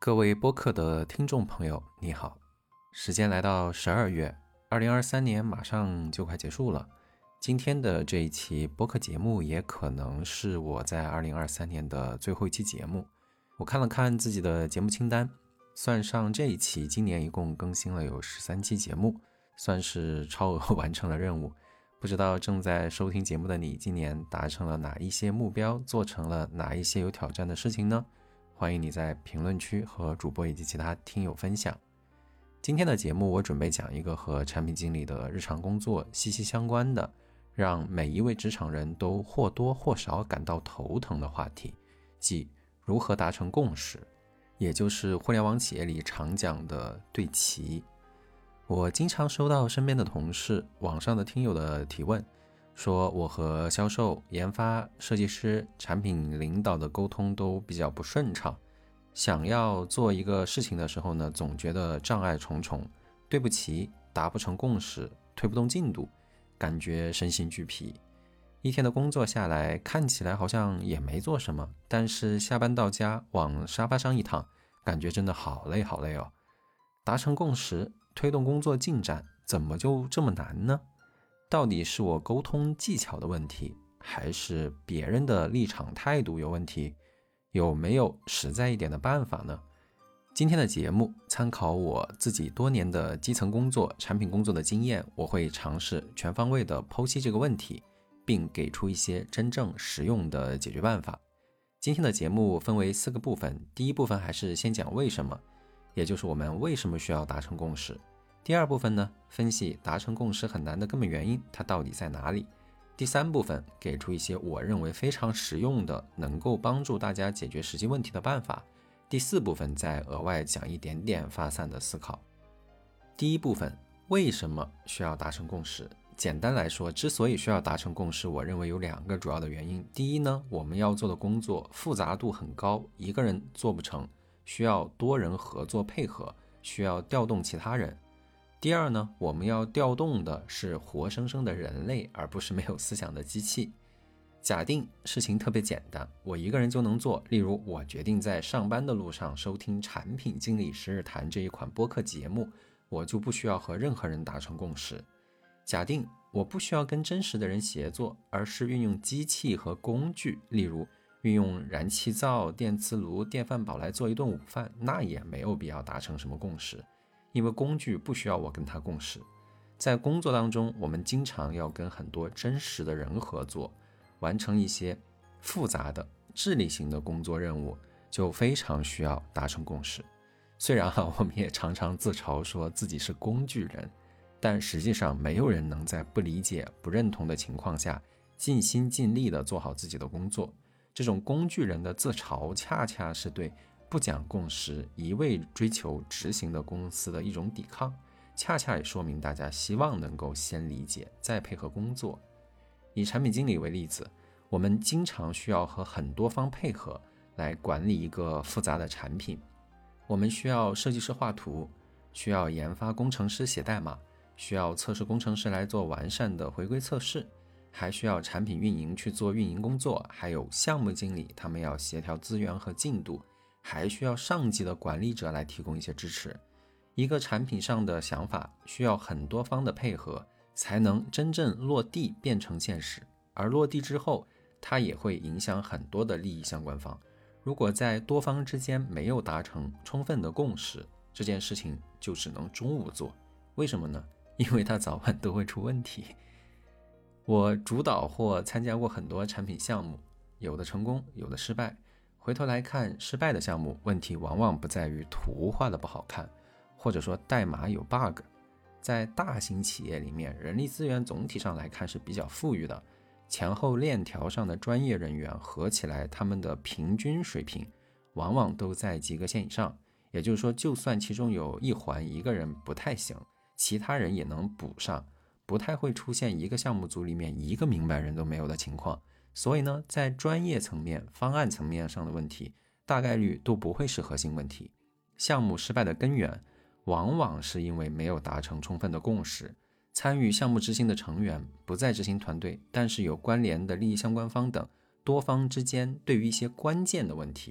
各位播客的听众朋友，你好。时间来到12月，2023年马上就快结束了。今天的这一期播客节目也可能是我在2023年的最后一期节目。我看了看自己的节目清单，算上这一期，今年一共更新了有13期节目，算是超额完成了任务。不知道正在收听节目的你，今年达成了哪一些目标，做成了哪一些有挑战的事情呢？欢迎你在评论区和主播以及其他听友分享。今天的节目我准备讲一个和产品经理的日常工作息息相关的，让每一位职场人都或多或少感到头疼的话题，即如何达成共识，也就是互联网企业里常讲的对齐。我经常收到身边的同事、网上的听友的提问，说我和销售、研发、设计师、产品领导的沟通都比较不顺畅，想要做一个事情的时候呢，总觉得障碍重重，对不齐，达不成共识，推不动进度，感觉身心俱疲。一天的工作下来，看起来好像也没做什么，但是下班到家往沙发上一躺，感觉真的好累好累哦。达成共识，推动工作进展，怎么就这么难呢？到底是我沟通技巧的问题，还是别人的立场态度有问题？有没有实在一点的办法呢？今天的节目参考我自己多年的基层工作、产品工作的经验，我会尝试全方位的剖析这个问题，并给出一些真正实用的解决办法。今天的节目分为4个部分，第一部分还是先讲为什么，也就是我们为什么需要达成共识。第二部分呢，分析达成共识很难的根本原因，它到底在哪里？第三部分给出一些我认为非常实用的，能够帮助大家解决实际问题的办法。第4部分再额外讲一点点发散的思考。第一部分，为什么需要达成共识？简单来说，之所以需要达成共识，我认为有2个主要的原因。第一呢，我们要做的工作复杂度很高，一个人做不成，需要多人合作配合，需要调动其他人。第二呢，我们要调动的是活生生的人类，而不是没有思想的机器。假定事情特别简单，我一个人就能做，例如我决定在上班的路上收听产品经理十日谈这一款播客节目，我就不需要和任何人达成共识。假定我不需要跟真实的人协作，而是运用机器和工具，例如运用燃气灶、电磁炉、电饭煲来做一顿午饭，那也没有必要达成什么共识，因为工具不需要我跟它共识。在工作当中，我们经常要跟很多真实的人合作，完成一些复杂的智力型的工作任务，就非常需要达成共识。虽然我们也常常自嘲说自己是工具人，但实际上没有人能在不理解、不认同的情况下尽心尽力地做好自己的工作。这种工具人的自嘲恰恰是对不讲共识、一味追求执行的公司的一种抵抗，恰恰也说明大家希望能够先理解再配合工作。以产品经理为例子，我们经常需要和很多方配合来管理一个复杂的产品。我们需要设计师画图，需要研发工程师写代码，需要测试工程师来做完善的回归测试，还需要产品运营去做运营工作，还有项目经理，他们要协调资源和进度，还需要上级的管理者来提供一些支持。一个产品上的想法需要很多方的配合，才能真正落地变成现实，而落地之后，它也会影响很多的利益相关方。如果在多方之间没有达成充分的共识，这件事情就只能中午做。为什么呢？因为它早晚都会出问题。我主导或参加过很多产品项目，有的成功，有的失败。回头来看失败的项目，问题往往不在于图画的不好看，或者说代码有 bug。在大型企业里面，人力资源总体上来看是比较富裕的，前后链条上的专业人员合起来，他们的平均水平往往都在及格线以上。也就是说，就算其中有一环一个人不太行，其他人也能补上，不太会出现一个项目组里面一个明白人都没有的情况。所以呢，在专业层面、方案层面上的问题，大概率都不会是核心问题。项目失败的根源往往是因为没有达成充分的共识，参与项目执行的成员不在执行团队，但是有关联的利益相关方等多方之间对于一些关键的问题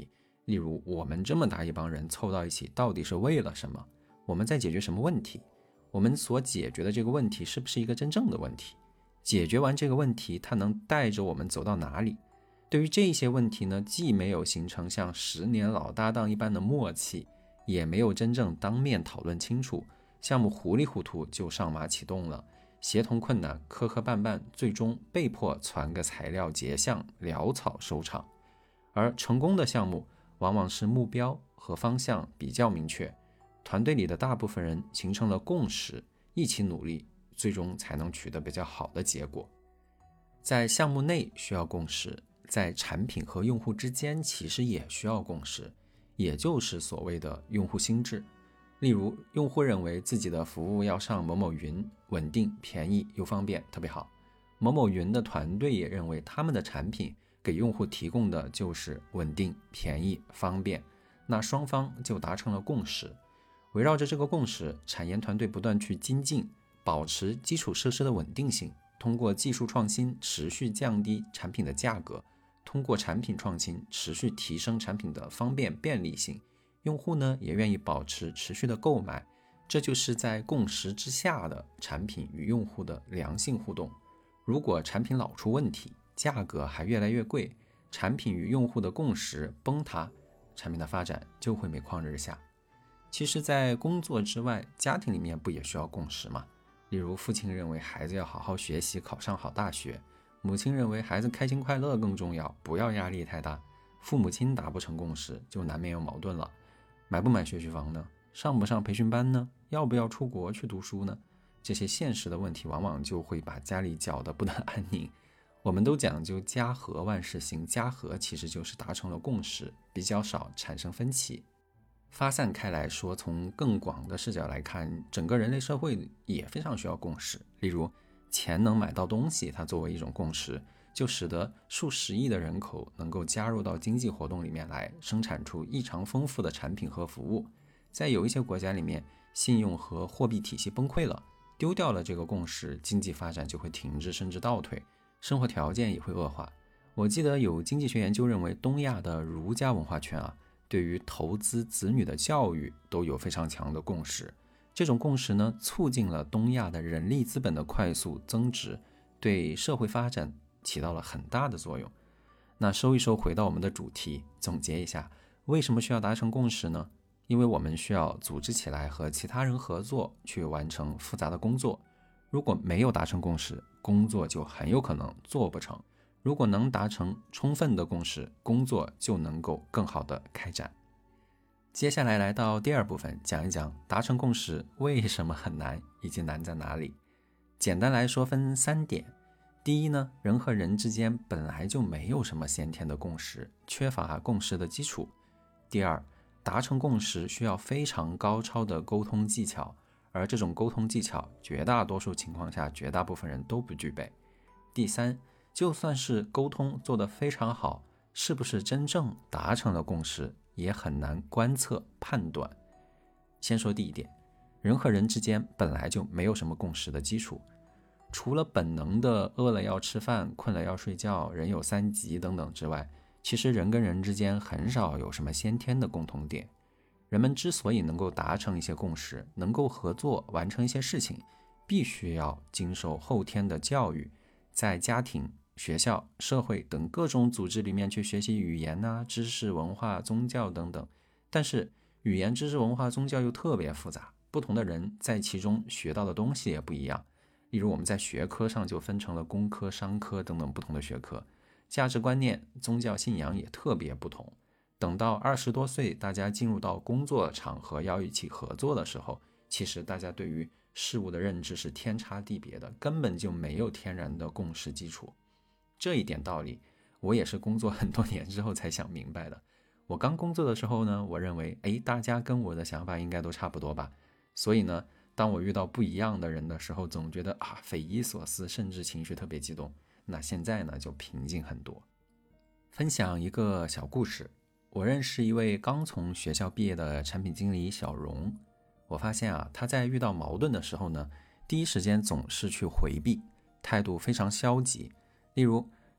例如，我们这么大一帮人凑到一起，到底是为了什么？我们在解决什么问题？我们所解决的这个问题是不是一个真正的问题？解决完这个问题，它能带着我们走到哪里？对于这些问题呢，既没有形成像10年老搭档一般的默契，也没有真正当面讨论清楚，项目糊里糊涂就上马启动了，协同困难，磕磕绊绊，最终被迫传个材料结项，潦草收场。而成功的项目往往是目标和方向比较明确，团队里的大部分人形成了共识，一起努力，最终才能取得比较好的结果。在项目内需要共识，在产品和用户之间其实也需要共识，也就是所谓的用户心智。例如，用户认为自己的服务要上某某云，稳定、便宜又方便，特别好。某某云的团队也认为他们的产品给用户提供的就是稳定、便宜、方便，那双方就达成了共识。围绕着这个共识，产研团队不断去精进，保持基础设施的稳定性，通过技术创新持续降低产品的价格，通过产品创新持续提升产品的方便便利性，用户呢也愿意保持持续的购买，这就是在共识之下的产品与用户的良性互动。如果产品老出问题，价格还越来越贵，产品与用户的共识崩塌，产品的发展就会每况日下。其实在工作之外，家庭里面不也需要共识吗？例如父亲认为孩子要好好学习，考上好大学，母亲认为孩子开心快乐更重要，不要压力太大。父母亲达不成共识，就难免有矛盾了。买不买学区房呢？上不上培训班呢？要不要出国去读书呢？这些现实的问题往往就会把家里搅得不得安宁。我们都讲究家和万事兴，家和其实就是达成了共识，比较少产生分歧。发散开来说，从更广的视角来看，整个人类社会也非常需要共识。例如，钱能买到东西，它作为一种共识，就使得数十亿的人口能够加入到经济活动里面来，生产出异常丰富的产品和服务。在有一些国家里面，信用和货币体系崩溃了，丢掉了这个共识，经济发展就会停滞甚至倒退，生活条件也会恶化。我记得有经济学研究认为，东亚的儒家文化圈对于投资子女的教育都有非常强的共识。这种共识呢，促进了东亚的人力资本的快速增值，对社会发展起到了很大的作用。那收一收，回到我们的主题，总结一下，为什么需要达成共识呢？因为我们需要组织起来和其他人合作，去完成复杂的工作。如果没有达成共识，工作就很有可能做不成。如果能达成充分的共识，工作就能够更好的开展。接下来来到第二部分，讲一讲达成共识为什么很难，以及难在哪里。简单来说分3点。第一呢，人和人之间本来就没有什么先天的共识，缺乏共识的基础。第二，达成共识需要非常高超的沟通技巧，而这种沟通技巧绝大多数情况下绝大部分人都不具备。第三，就算是沟通做得非常好，是不是真正达成了共识也很难观测判断。先说第一点，人和人之间本来就没有什么共识的基础，除了本能的饿了要吃饭，困了要睡觉，人有3急等等之外，其实人跟人之间很少有什么先天的共同点。人们之所以能够达成一些共识，能够合作完成一些事情，必须要经受后天的教育，在家庭、学校、社会等各种组织里面去学习语言知识、文化、宗教等等。但是语言、知识、文化、宗教又特别复杂，不同的人在其中学到的东西也不一样。例如我们在学科上就分成了工科、商科等等不同的学科，价值观念、宗教信仰也特别不同。等到20多岁，大家进入到工作场合要一起合作的时候，其实大家对于事物的认知是天差地别的，根本就没有天然的共识基础。这一点道理，我也是工作很多年之后才想明白的。我刚工作的时候呢，我认为大家跟我的想法应该都差不多吧，所以呢，当我遇到不一样的人的时候，总觉得匪夷所思，甚至情绪特别激动。那现在呢，就平静很多。分享一个小故事，我认识一位刚从学校毕业的产品经理小荣。我发现他在遇到矛盾的时候呢，第一时间总是去回避，态度非常消极。例如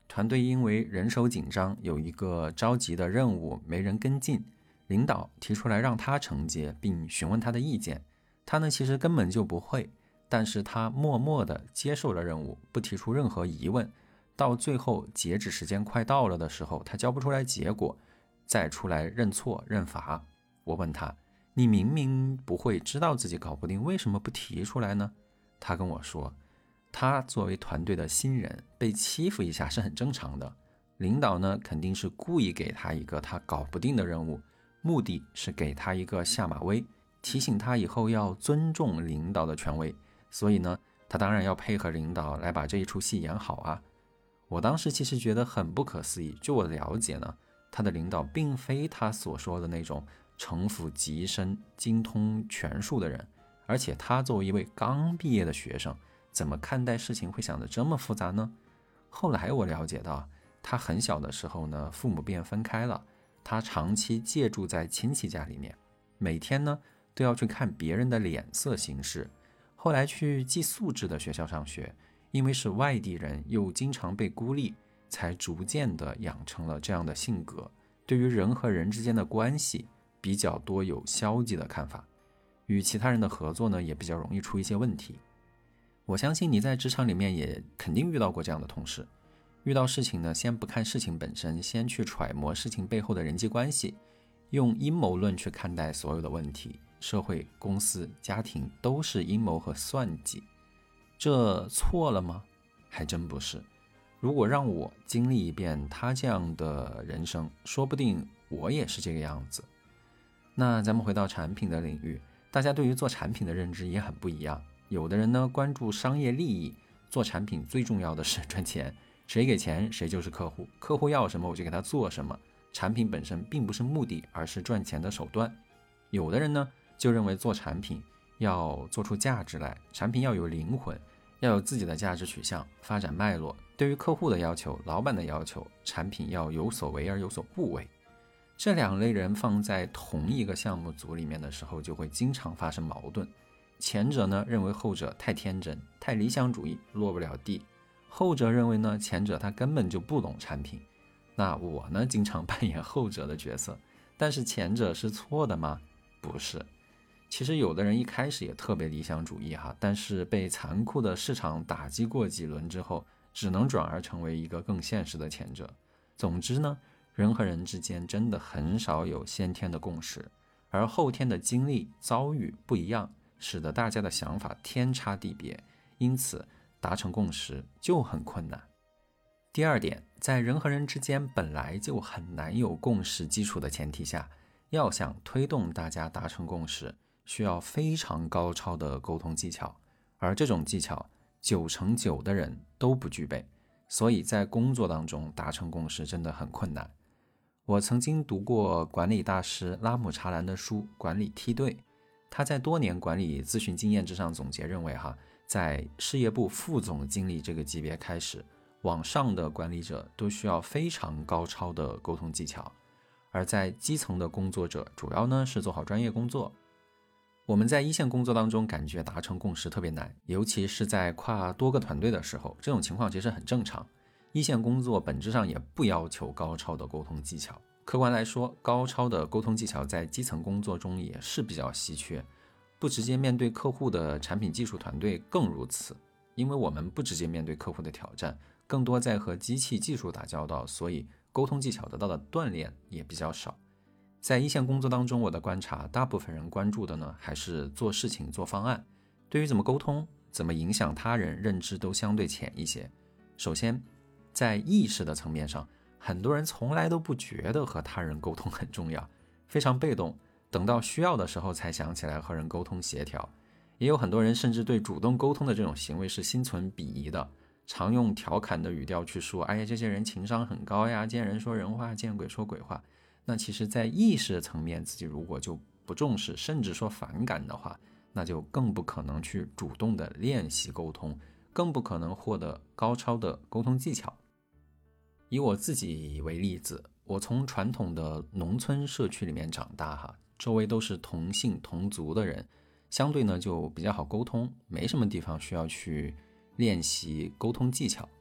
团队因为人手紧张，有一个着急的任务没人跟进，领导提出来让他承接，并询问他的意见。他呢其实根本就不会，但是他默默地接受了任务，不提出任何疑问。到最后截止时间快到了的时候，他交不出来结果，再出来认错认罚。我问他，你明明不会，知道自己搞不定，为什么不提出来呢？他跟我说，他作为团队的新人，被欺负一下是很正常的。领导呢，肯定是故意给他一个他搞不定的任务，目的是给他一个下马威，提醒他以后要尊重领导的权威。所以呢，他当然要配合领导来把这一出戏演好啊。我当时其实觉得很不可思议，据我的了解呢，他的领导并非他所说的那种城府极深、精通权术的人，而且他作为一位刚毕业的学生，怎么看待事情会想得这么复杂呢？后来我了解到，他很小的时候呢，父母便分开了，他长期借住在亲戚家里面，每天呢都要去看别人的脸色行事。后来去寄宿制的学校上学，因为是外地人，又经常被孤立，才逐渐的养成了这样的性格，对于人和人之间的关系比较多有消极的看法，与其他人的合作呢也比较容易出一些问题。我相信你在职场里面也肯定遇到过这样的同事，遇到事情呢，先不看事情本身，先去揣摩事情背后的人际关系，用阴谋论去看待所有的问题，社会、公司、家庭都是阴谋和算计。这错了吗？还真不是。如果让我经历一遍他这样的人生，说不定我也是这个样子。那咱们回到产品的领域，大家对于做产品的认知也很不一样。有的人呢关注商业利益，做产品最重要的是赚钱，谁给钱谁就是客户，客户要什么我就给他做什么，产品本身并不是目的，而是赚钱的手段。有的人呢就认为做产品要做出价值来，产品要有灵魂，要有自己的价值取向、发展脉络，对于客户的要求、老板的要求，产品要有所为而有所不为。这两类人放在同一个项目组里面的时候，就会经常发生矛盾。前者呢认为后者太天真、太理想主义，落不了地；后者认为呢前者他根本就不懂产品。那我呢经常扮演后者的角色，但是前者是错的吗？不是。其实有的人一开始也特别理想主义哈，但是被残酷的市场打击过几轮之后，只能转而成为一个更现实的前者。总之呢，人和人之间真的很少有先天的共识，而后天的经历遭遇不一样，使得大家的想法天差地别，因此达成共识就很困难。第二点，在人和人之间本来就很难有共识基础的前提下，要想推动大家达成共识，需要非常高超的沟通技巧，而这种技巧9成9的人都不具备，所以在工作当中达成共识真的很困难。我曾经读过管理大师拉姆查兰的书《管理梯队》，他在多年管理咨询经验之上总结认为在事业部副总经理这个级别开始，往上的管理者都需要非常高超的沟通技巧，而在基层的工作者主要呢是做好专业工作。我们在一线工作当中感觉达成共识特别难，尤其是在跨多个团队的时候，这种情况其实很正常。一线工作本质上也不要求高超的沟通技巧，客观来说，高超的沟通技巧在基层工作中也是比较稀缺，不直接面对客户的产品技术团队更如此，因为我们不直接面对客户的挑战，更多在和机器技术打交道，所以沟通技巧得到的锻炼也比较少。在一线工作当中，我的观察，大部分人关注的呢还是做事情做方案，对于怎么沟通、怎么影响他人认知都相对浅一些。首先在意识的层面上，很多人从来都不觉得和他人沟通很重要，非常被动，等到需要的时候才想起来和人沟通协调。也有很多人甚至对主动沟通的这种行为是心存鄙夷的，常用调侃的语调去说，哎呀，这些人情商很高呀，见人说人话，见鬼说鬼话。那其实在意识层面，自己如果就不重视，甚至说反感的话，那就更不可能去主动的练习沟通，更不可能获得高超的沟通技巧。以我自己为例子，我从传统的农村社区里面长大周围都是同姓同族的人，相对呢就比较好沟通，没什么地方需要去练习沟通技巧。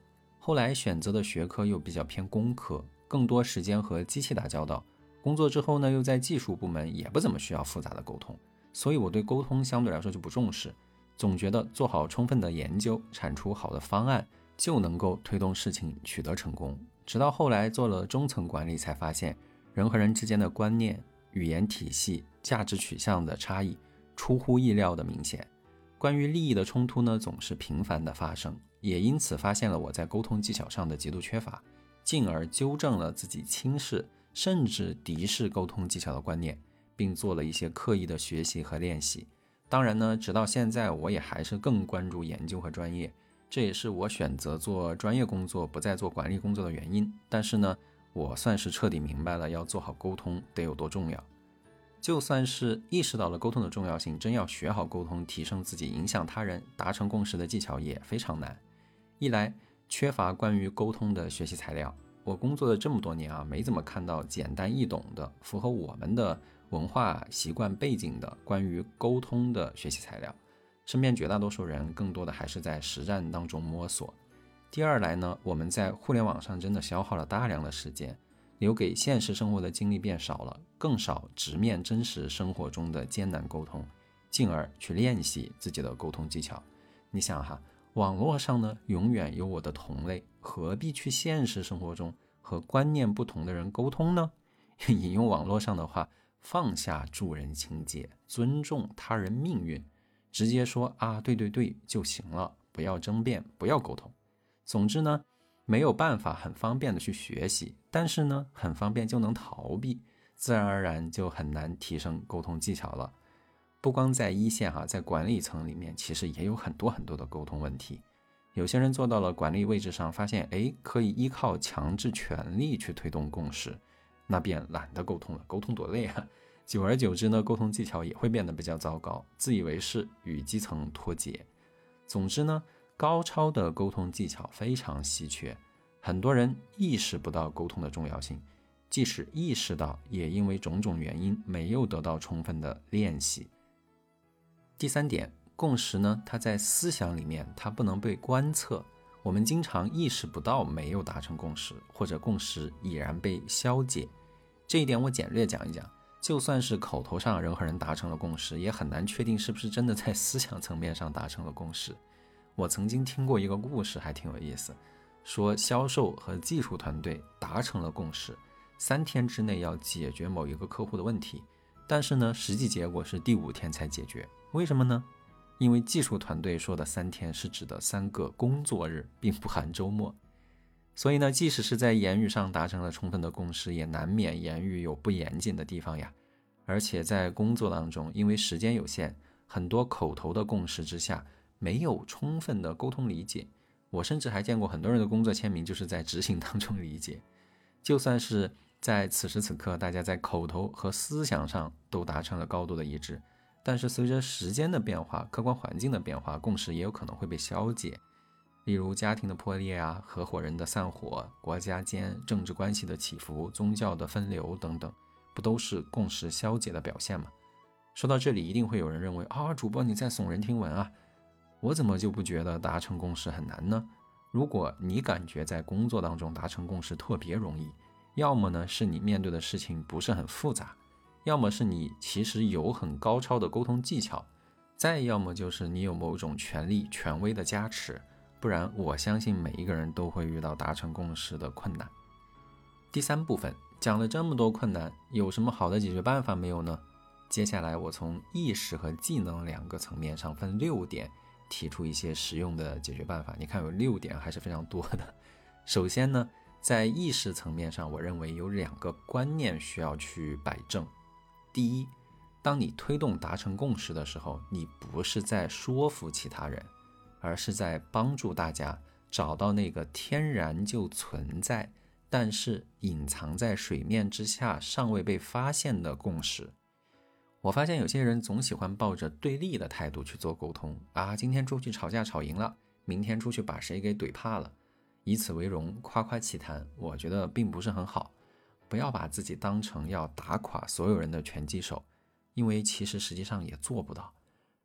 后来选择的学科又比较偏工科，更多时间和机器打交道。工作之后呢，又在技术部门，也不怎么需要复杂的沟通，所以我对沟通相对来说就不重视，总觉得做好充分的研究，产出好的方案，就能够推动事情取得成功。直到后来做了中层管理，才发现人和人之间的观念、语言体系、价值取向的差异出乎意料的明显。关于利益的冲突呢，总是频繁的发生，也因此发现了我在沟通技巧上的极度缺乏，进而纠正了自己轻视甚至敌视沟通技巧的观念，并做了一些刻意的学习和练习。当然呢，直到现在我也还是更关注研究和专业，这也是我选择做专业工作不再做管理工作的原因。但是呢，我算是彻底明白了要做好沟通得有多重要。就算是意识到了沟通的重要性，真要学好沟通，提升自己，影响他人，达成共识的技巧也非常难。一来缺乏关于沟通的学习材料，我工作的这么多年啊，没怎么看到简单易懂的符合我们的文化习惯背景的关于沟通的学习材料。身边绝大多数人更多的还是在实战当中摸索。第二来呢，我们在互联网上真的消耗了大量的时间，留给现实生活的精力变少了，更少直面真实生活中的艰难沟通，进而去练习自己的沟通技巧。你想哈，网络上呢永远有我的同类，何必去现实生活中和观念不同的人沟通呢？引用网络上的话，放下助人情节，尊重他人命运，直接说啊对对对就行了，不要争辩，不要沟通。总之呢，没有办法很方便的去学习，但是呢很方便就能逃避，自然而然就很难提升沟通技巧了。不光在一线在管理层里面其实也有很多的沟通问题。有些人做到了管理位置上，发现可以依靠强制权力去推动共识，那便懒得沟通了，沟通多累啊。久而久之呢，沟通技巧也会变得比较糟糕，自以为是，与基层脱节。总之呢，高超的沟通技巧非常稀缺，很多人意识不到沟通的重要性，即使意识到，也因为种种原因没有得到充分的练习。第三点，共识呢，它在思想里面它不能被观测，我们经常意识不到没有达成共识，或者共识已然被消解。这一点我简略讲一讲。就算是口头上人和人达成了共识，也很难确定是不是真的在思想层面上达成了共识。我曾经听过一个故事，还挺有意思，说销售和技术团队达成了共识，3天之内要解决某一个客户的问题，但是呢，实际结果是第5天才解决。为什么呢？因为技术团队说的3天是指的3个工作日，并不含周末。所以呢，即使是在言语上达成了充分的共识，也难免言语有不严谨的地方呀。而且在工作当中，因为时间有限，很多口头的共识之下，没有充分的沟通理解。我甚至还见过很多人的工作签名就是在执行当中理解。就算是在此时此刻，大家在口头和思想上都达成了高度的一致，但是随着时间的变化，客观环境的变化，共识也有可能会被消解。例如家庭的破裂啊，合伙人的散伙，国家间政治关系的起伏，宗教的分流等等，不都是共识消解的表现吗？说到这里，一定会有人认为主播你在耸人听闻啊，我怎么就不觉得达成共识很难呢？如果你感觉在工作当中达成共识特别容易，要么呢是你面对的事情不是很复杂，要么是你其实有很高超的沟通技巧，再要么就是你有某种权力权威的加持，不然我相信每一个人都会遇到达成共识的困难。第3部分讲了这么多困难，有什么好的解决办法没有呢？接下来我从意识和技能2个层面上分6点提出一些实用的解决办法。你看有6点还是非常多的。首先呢，在意识层面上，我认为有2个观念需要去摆正。第一，当你推动达成共识的时候，你不是在说服其他人，而是在帮助大家找到那个天然就存在，但是隐藏在水面之下尚未被发现的共识。我发现有些人总喜欢抱着对立的态度去做沟通今天出去吵架吵赢了，明天出去把谁给怼怕了，以此为荣，夸夸其谈，我觉得并不是很好。不要把自己当成要打垮所有人的拳击手，因为其实实际上也做不到。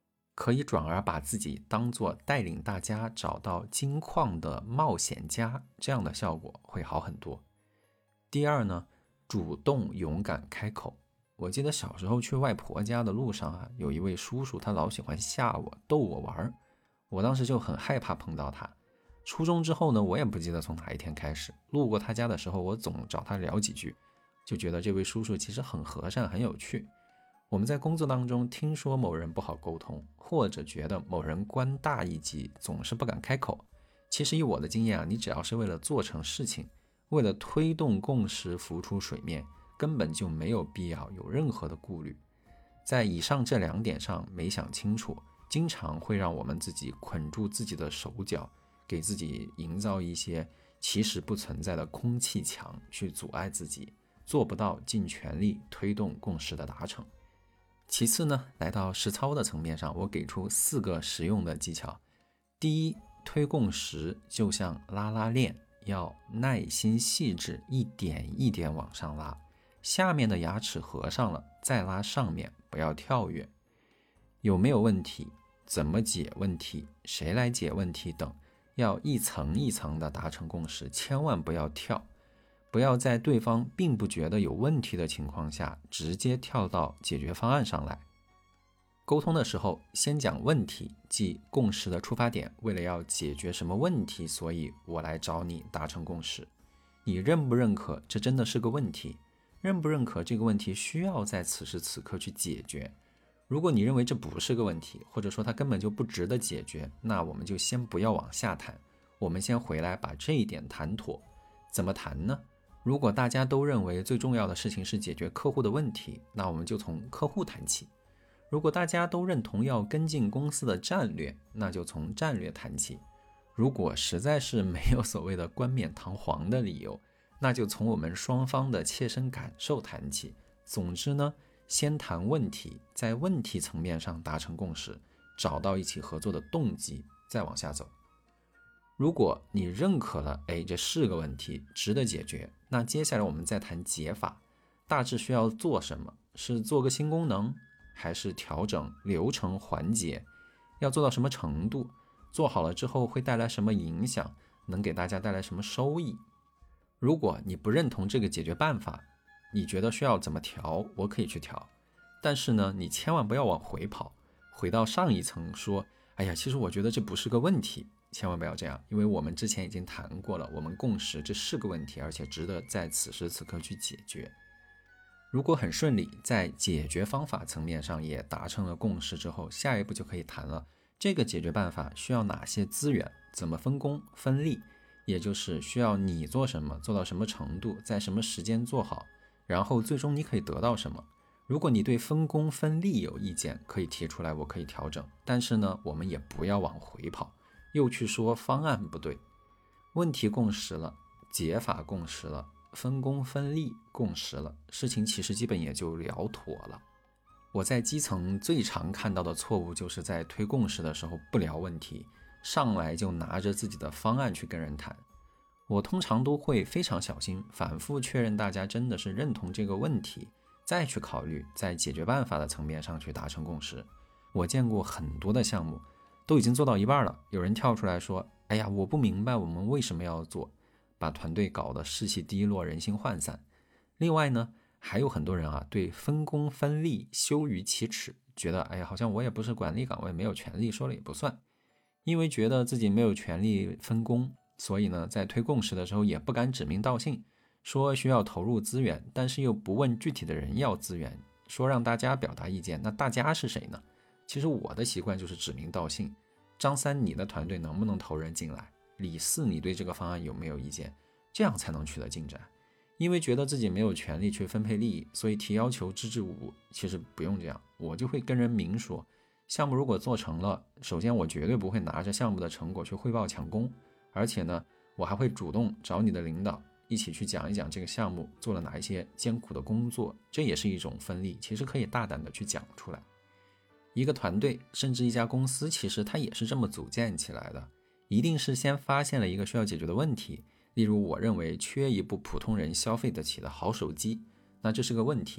可以转而把自己当作带领大家找到金矿的冒险家，这样的效果会好很多。第二呢，主动勇敢开口。我记得小时候去外婆家的路上啊，有一位叔叔，他老喜欢吓我逗我玩，我当时就很害怕碰到他。初中之后呢，我也不记得从哪一天开始，路过他家的时候，我总找他聊几句，就觉得这位叔叔其实很和善很有趣。我们在工作当中听说某人不好沟通，或者觉得某人官大一级总是不敢开口，其实以我的经验啊，你只要是为了做成事情，为了推动共识浮出水面，根本就没有必要有任何的顾虑。在以上这2点上没想清楚，经常会让我们自己捆住自己的手脚，给自己营造一些其实不存在的空气墙，去阻碍自己，做不到尽全力推动共识的达成。其次呢，来到实操的层面上，我给出4个实用的技巧。第一，推共识就像拉拉链，要耐心细致，一点一点往上拉，下面的牙齿合上了再拉上面，不要跳跃。有没有问题，怎么解问题，谁来解问题等，要一层一层的达成共识，千万不要跳，不要在对方并不觉得有问题的情况下直接跳到解决方案上来。沟通的时候先讲问题，即共识的出发点，为了要解决什么问题，所以我来找你达成共识。你认不认可这真的是个问题？认不认可这个问题需要在此时此刻去解决？如果你认为这不是个问题，或者说它根本就不值得解决，那我们就先不要往下谈，我们先回来把这一点谈妥。怎么谈呢？如果大家都认为最重要的事情是解决客户的问题，那我们就从客户谈起。如果大家都认同要跟进公司的战略，那就从战略谈起。如果实在是没有所谓的冠冕堂皇的理由，那就从我们双方的切身感受谈起。总之呢，先谈问题，在问题层面上达成共识，找到一起合作的动机，再往下走。如果你认可了，这是个问题，值得解决，那接下来我们再谈解法，大致需要做什么？是做个新功能，还是调整流程环节？要做到什么程度？做好了之后会带来什么影响？能给大家带来什么收益？如果你不认同这个解决办法，你觉得需要怎么调，我可以去调。但是呢，你千万不要往回跑，回到上一层说，其实我觉得这不是个问题。千万不要这样，因为我们之前已经谈过了，我们共识这是个问题，而且值得在此时此刻去解决。如果很顺利，在解决方法层面上也达成了共识之后，下一步就可以谈了，这个解决办法需要哪些资源，怎么分工分利，也就是需要你做什么，做到什么程度，在什么时间做好，然后最终你可以得到什么。如果你对分工分利有意见，可以提出来，我可以调整。但是呢，我们也不要往回跑，又去说方案不对。问题共识了，解法共识了，分工分利共识了，事情其实基本也就聊妥了。我在基层最常看到的错误，就是在推共识的时候不聊问题，上来就拿着自己的方案去跟人谈。我通常都会非常小心，反复确认大家真的是认同这个问题，再去考虑在解决办法的层面上去达成共识。我见过很多的项目都已经做到一半了，有人跳出来说，我不明白我们为什么要做，把团队搞得士气低落，人心涣散。另外呢，还有很多人对分工分利羞于启齿，觉得好像我也不是管理岗位，没有权利，说了也不算。因为觉得自己没有权利分工，所以呢，在推共识的时候也不敢指名道姓，说需要投入资源，但是又不问具体的人要资源，说让大家表达意见，那大家是谁呢？其实我的习惯就是指名道姓。张三，你的团队能不能投人进来？李四，你对这个方案有没有意见？这样才能取得进展。因为觉得自己没有权利去分配利益，所以提要求支支吾吾，其实不用这样。我就会跟人明说，项目如果做成了，首先我绝对不会拿着项目的成果去汇报抢功，而且呢，我还会主动找你的领导一起去讲一讲这个项目做了哪一些艰苦的工作，这也是一种分利，其实可以大胆的去讲出来。一个团队甚至一家公司，其实它也是这么组建起来的，一定是先发现了一个需要解决的问题，例如我认为缺一部普通人消费得起的好手机，那这是个问题。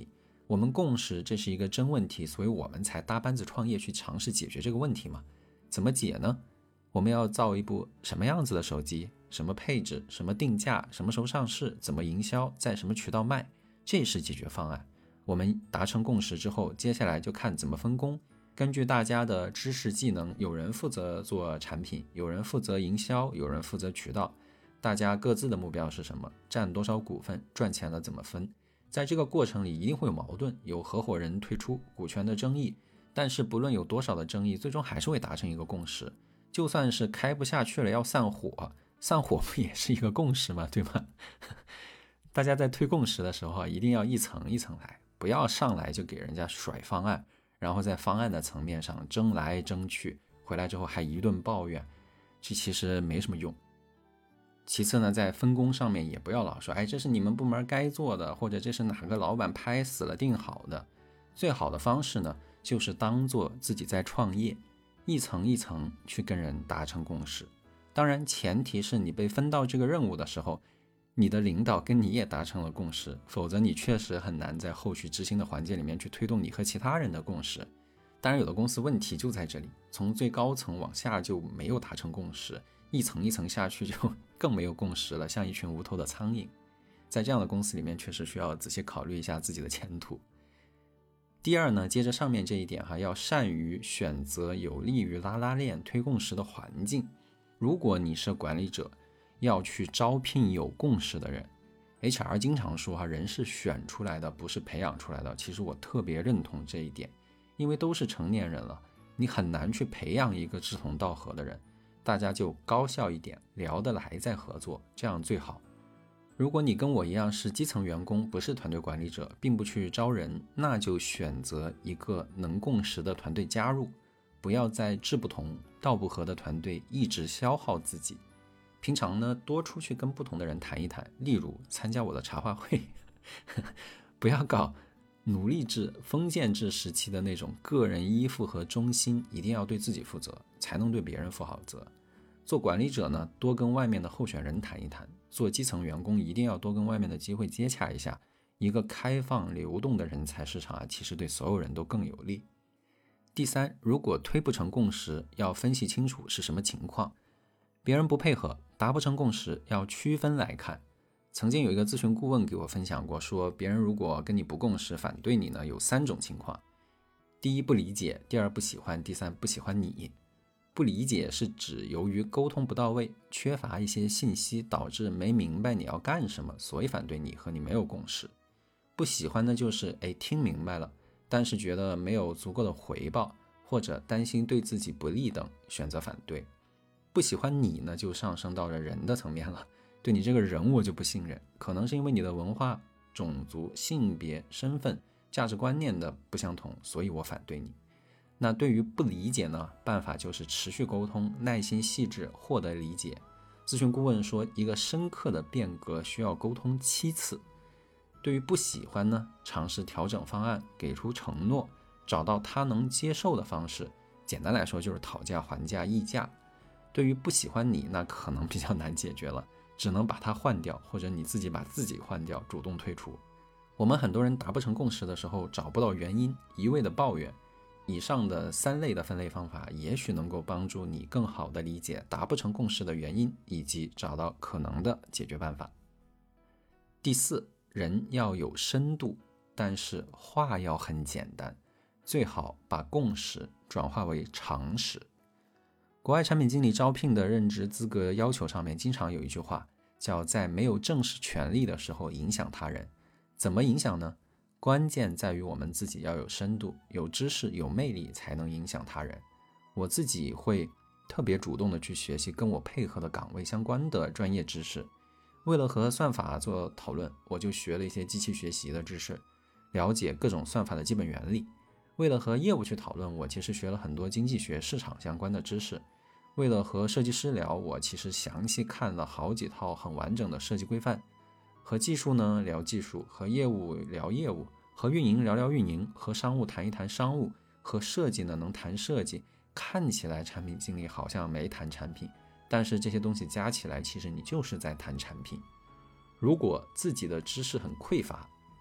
我们共识这是一个真问题，所以我们才搭班子创业去尝试解决这个问题嘛。怎么解呢？我们要造一部什么样子的手机，什么配置，什么定价，什么时候上市，怎么营销，在什么渠道卖，这是解决方案。我们达成共识之后，接下来就看怎么分工，根据大家的知识技能，有人负责做产品，有人负责营销，有人负责渠道，大家各自的目标是什么，占多少股份，赚钱了怎么分。在这个过程里一定会有矛盾，有合伙人退出，股权的争议，但是不论有多少的争议，最终还是会达成一个共识。就算是开不下去了要散伙，散伙不也是一个共识吗？对吗？大家在推共识的时候一定要一层一层来，不要上来就给人家甩方案，然后在方案的层面上争来争去，回来之后还一顿抱怨，这其实没什么用。其次呢，在分工上面也不要老说，这是你们部门该做的，或者这是哪个老板拍死了定好的。最好的方式呢，就是当做自己在创业，一层一层去跟人达成共识。当然前提是你被分到这个任务的时候，你的领导跟你也达成了共识，否则你确实很难在后续执行的环节里面去推动你和其他人的共识。当然有的公司问题就在这里，从最高层往下就没有达成共识，一层一层下去就更没有共识了，像一群无头的苍蝇。在这样的公司里面确实需要仔细考虑一下自己的前途。第二呢，接着上面这一点要善于选择有利于拉拉链推共识的环境。如果你是管理者，要去招聘有共识的人。 HR 经常说人是选出来的，不是培养出来的。其实我特别认同这一点，因为都是成年人了，你很难去培养一个志同道合的人，大家就高效一点，聊得来再合作，这样最好。如果你跟我一样是基层员工，不是团队管理者，并不去招人，那就选择一个能共识的团队加入，不要在志不同道不合的团队一直消耗自己。平常呢，多出去跟不同的人谈一谈，例如参加我的茶话会不要搞奴隶制封建制时期的那种个人依附和忠心，一定要对自己负责，才能对别人负好责。做管理者呢，多跟外面的候选人谈一谈，做基层员工一定要多跟外面的机会接洽一下。一个开放流动的人才市场其实对所有人都更有利。第三，如果推不成共识，要分析清楚是什么情况。别人不配合，达不成共识，要区分来看。曾经有一个咨询顾问给我分享过，说别人如果跟你不共识，反对你呢，有3种情况。第一，不理解；第二，不喜欢；第三，不喜欢你。不理解是指由于沟通不到位，缺乏一些信息，导致没明白你要干什么，所以反对你，和你没有共识。不喜欢呢，就是听明白了，但是觉得没有足够的回报，或者担心对自己不利等，选择反对。不喜欢你呢，就上升到了人的层面了，对你这个人我就不信任，可能是因为你的文化、种族、性别、身份、价值观念的不相同，所以我反对你。那对于不理解呢，办法就是持续沟通，耐心细致，获得理解。咨询顾问说，一个深刻的变革需要沟通7次。对于不喜欢呢，尝试调整方案，给出承诺，找到他能接受的方式。简单来说就是讨价还价、议价。对于不喜欢你，那可能比较难解决了，只能把它换掉，或者你自己把自己换掉，主动退出。我们很多人达不成共识的时候，找不到原因，一味的抱怨。以上的3类的分类方法，也许能够帮助你更好地理解达不成共识的原因，以及找到可能的解决办法。第4，人要有深度，但是话要很简单，最好把共识转化为常识。国外产品经理招聘的任职资格要求上面经常有一句话，叫在没有正式权利的时候影响他人。怎么影响呢？关键在于我们自己要有深度、有知识、有魅力，才能影响他人。我自己会特别主动的去学习跟我配合的岗位相关的专业知识。为了和算法做讨论，我就学了一些机器学习的知识，了解各种算法的基本原理。为了和业务去讨论，我其实学了很多经济学、市场相关的知识。为了和设计师聊，我其实详细看了好几套很完整的设计规范。和技术呢聊技术，和业务聊业务，和运营聊聊运营，和商务谈一谈商务，和设计呢能谈设计。看起来产品经理好像没谈产品，但是这些东西加起来，其实你就是在谈产品。如果自己的知识很匮乏，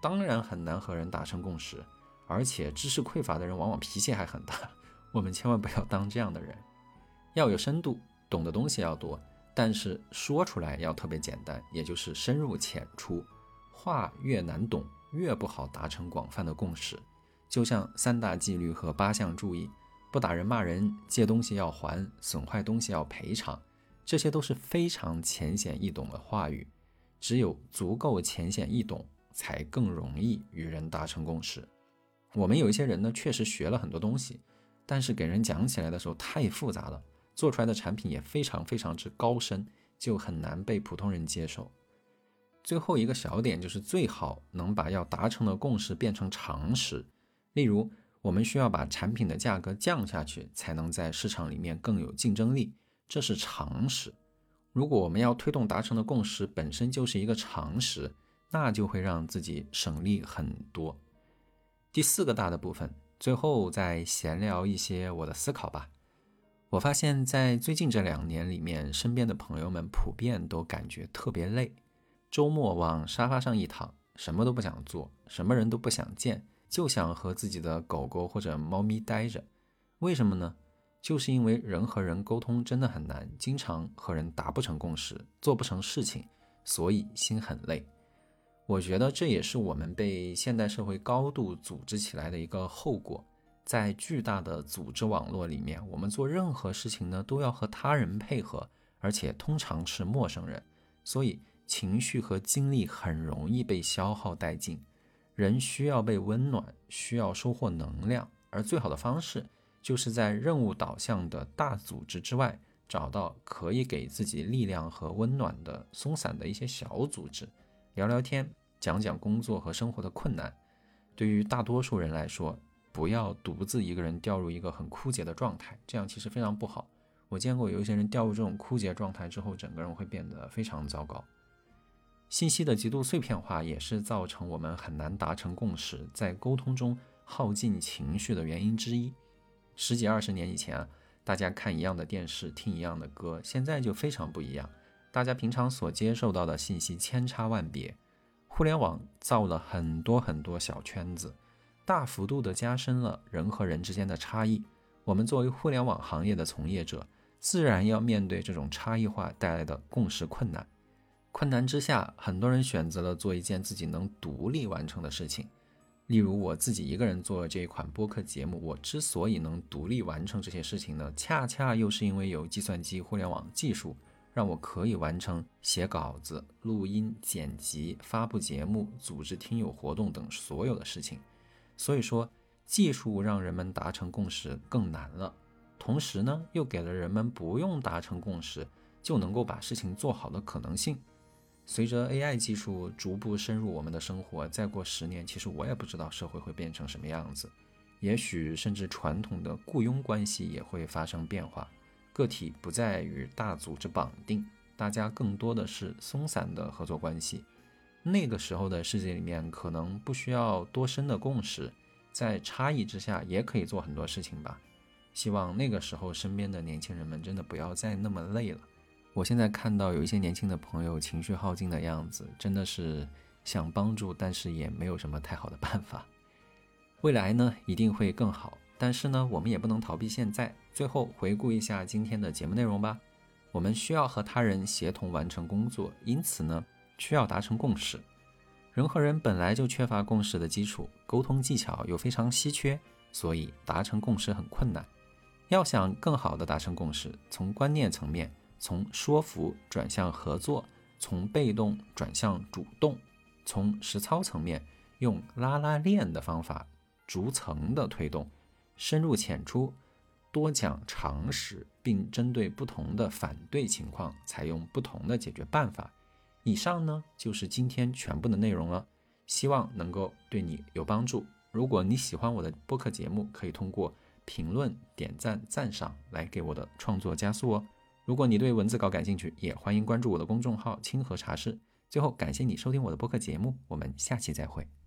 当然很难和人达成共识，而且知识匮乏的人往往脾气还很大，我们千万不要当这样的人。要有深度，懂的东西要多，但是说出来要特别简单，也就是深入浅出。话越难懂，越不好达成广泛的共识。就像3大纪律和8项注意，不打人骂人，借东西要还，损坏东西要赔偿，这些都是非常浅显易懂的话语。只有足够浅显易懂，才更容易与人达成共识。我们有一些人呢，确实学了很多东西，但是给人讲起来的时候太复杂了，做出来的产品也非常非常之高深，就很难被普通人接受。最后一个小点就是最好能把要达成的共识变成常识。例如，我们需要把产品的价格降下去，才能在市场里面更有竞争力，这是常识。如果我们要推动达成的共识本身就是一个常识，那就会让自己省力很多。第4个大的部分，最后再闲聊一些我的思考吧。我发现在最近这2年里面，身边的朋友们普遍都感觉特别累，周末往沙发上一躺，什么都不想做，什么人都不想见，就想和自己的狗狗或者猫咪待着。为什么呢？就是因为人和人沟通真的很难，经常和人达不成共识，做不成事情，所以心很累。我觉得这也是我们被现代社会高度组织起来的一个后果。在巨大的组织网络里面，我们做任何事情呢，都要和他人配合，而且通常是陌生人，所以情绪和精力很容易被消耗殆尽。人需要被温暖，需要收获能量，而最好的方式就是在任务导向的大组织之外，找到可以给自己力量和温暖的松散的一些小组织，聊聊天，讲讲工作和生活的困难。对于大多数人来说，不要独自一个人掉入一个很枯竭的状态，这样其实非常不好。我见过有一些人掉入这种枯竭状态之后，整个人会变得非常糟糕。信息的极度碎片化也是造成我们很难达成共识，在沟通中耗尽情绪的原因之一。10几20年以前大家看一样的电视，听一样的歌，现在就非常不一样。大家平常所接受到的信息千差万别，互联网造了很多很多小圈子，大幅度地加深了人和人之间的差异。我们作为互联网行业的从业者，自然要面对这种差异化带来的共识困难。困难之下，很多人选择了做一件自己能独立完成的事情。例如我自己一个人做这一款播客节目，我之所以能独立完成这些事情呢，恰恰又是因为有计算机互联网技术，让我可以完成写稿子、录音、剪辑、发布节目、组织听友活动等所有的事情。所以说，技术让人们达成共识更难了，同时呢，又给了人们不用达成共识就能够把事情做好的可能性。随着 AI 技术逐步深入我们的生活，再过10年，其实我也不知道社会会变成什么样子。也许甚至传统的雇佣关系也会发生变化，个体不再与大组织绑定，大家更多的是松散的合作关系。那个时候的世界里面，可能不需要多深的共识，在差异之下也可以做很多事情吧。希望那个时候身边的年轻人们真的不要再那么累了。我现在看到有一些年轻的朋友情绪耗尽的样子，真的是想帮助，但是也没有什么太好的办法。未来呢，一定会更好，但是呢，我们也不能逃避现在。最后回顾一下今天的节目内容吧。我们需要和他人协同完成工作，因此呢，需要达成共识。人和人本来就缺乏共识的基础，沟通技巧又非常稀缺，所以达成共识很困难。要想更好的达成共识，从观念层面，从说服转向合作，从被动转向主动，从实操层面用拉拉链的方法逐层的推动，深入浅出，多讲常识，并针对不同的反对情况采用不同的解决办法。以上呢就是今天全部的内容了，希望能够对你有帮助。如果你喜欢我的播客节目，可以通过评论、点赞、赞赏来给我的创作加速哦。如果你对文字稿感兴趣，也欢迎关注我的公众号清河茶室。最后感谢你收听我的播客节目，我们下期再会。